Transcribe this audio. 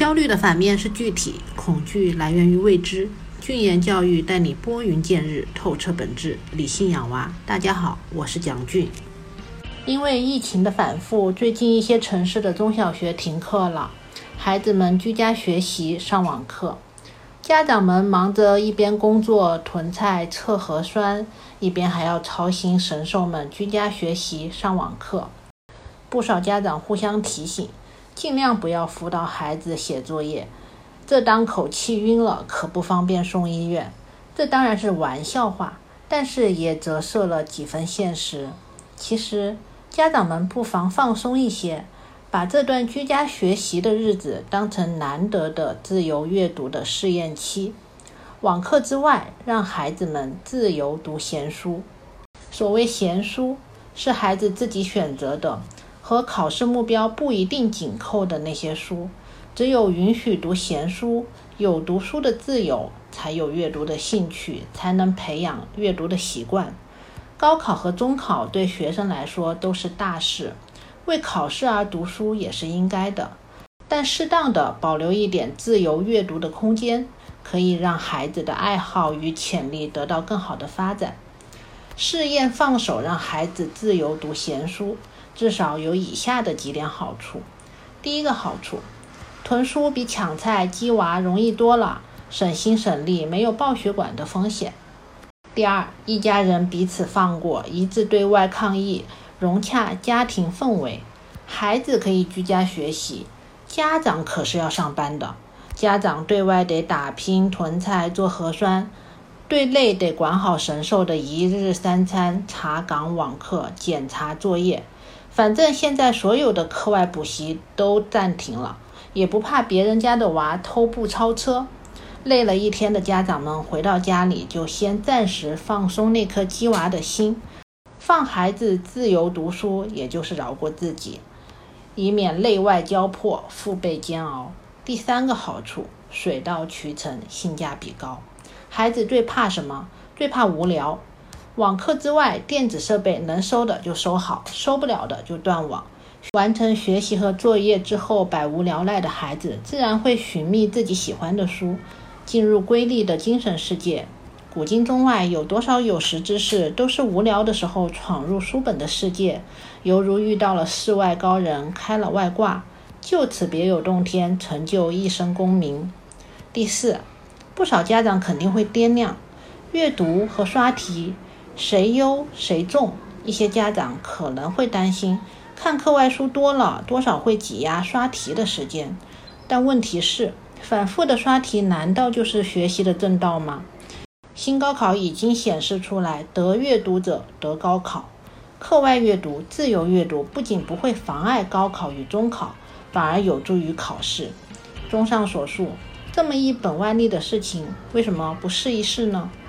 焦虑的反面是具体，恐惧来源于未知。俊言教育带你拨云见日，透彻本质，理性养娃。大家好，我是蒋俊。因为疫情的反复，最近一些城市的中小学停课了，孩子们居家学习上网课，家长们忙着一边工作囤菜测核酸，一边还要操心神兽们居家学习上网课。不少家长互相提醒，尽量不要辅导孩子写作业，这当口气晕了可不方便送医院。这当然是玩笑话，但是也折射了几分现实。其实家长们不妨放松一些，把这段居家学习的日子当成难得的自由阅读的试验期。网课之外，让孩子们自由读闲书。所谓闲书，是孩子自己选择的，和考试目标不一定紧扣的那些书。只有允许读闲书，有读书的自由，才有阅读的兴趣，才能培养阅读的习惯。高考和中考对学生来说都是大事，为考试而读书也是应该的，但适当的保留一点自由阅读的空间，可以让孩子的爱好与潜力得到更好的发展。试验放手让孩子自由读闲书，至少有以下的几点好处。第一个好处，囤书比抢菜鸡娃容易多了，省心省力，没有爆血管的风险。第二，一家人彼此放过，一致对外抗疫，融洽家庭氛围。孩子可以居家学习，家长可是要上班的。家长对外得打拼囤菜做核酸，对内得管好神兽的一日三餐、查岗网课、检查作业。反正现在所有的课外补习都暂停了，也不怕别人家的娃偷步超车。累了一天的家长们回到家里，就先暂时放松那颗鸡娃的心，放孩子自由读书，也就是饶过自己，以免内外交迫，腹背煎熬。第三个好处，水到渠成，性价比高。孩子最怕什么？最怕无聊。网课之外，电子设备能收的就收好，收不了的就断网。完成学习和作业之后，百无聊赖的孩子自然会寻觅自己喜欢的书，进入瑰丽的精神世界。古今中外，有多少有识之士都是无聊的时候闯入书本的世界，犹如遇到了世外高人，开了外挂，就此别有洞天，成就一生功名。第四，不少家长肯定会掂量阅读和刷题谁优谁重，一些家长可能会担心看课外书多了，多少会挤压刷题的时间。但问题是，反复的刷题难道就是学习的正道吗？新高考已经显示出来，得阅读者得高考。课外阅读、自由阅读不仅不会妨碍高考与中考，反而有助于考试。综上所述，这么一本万利的事情，为什么不试一试呢？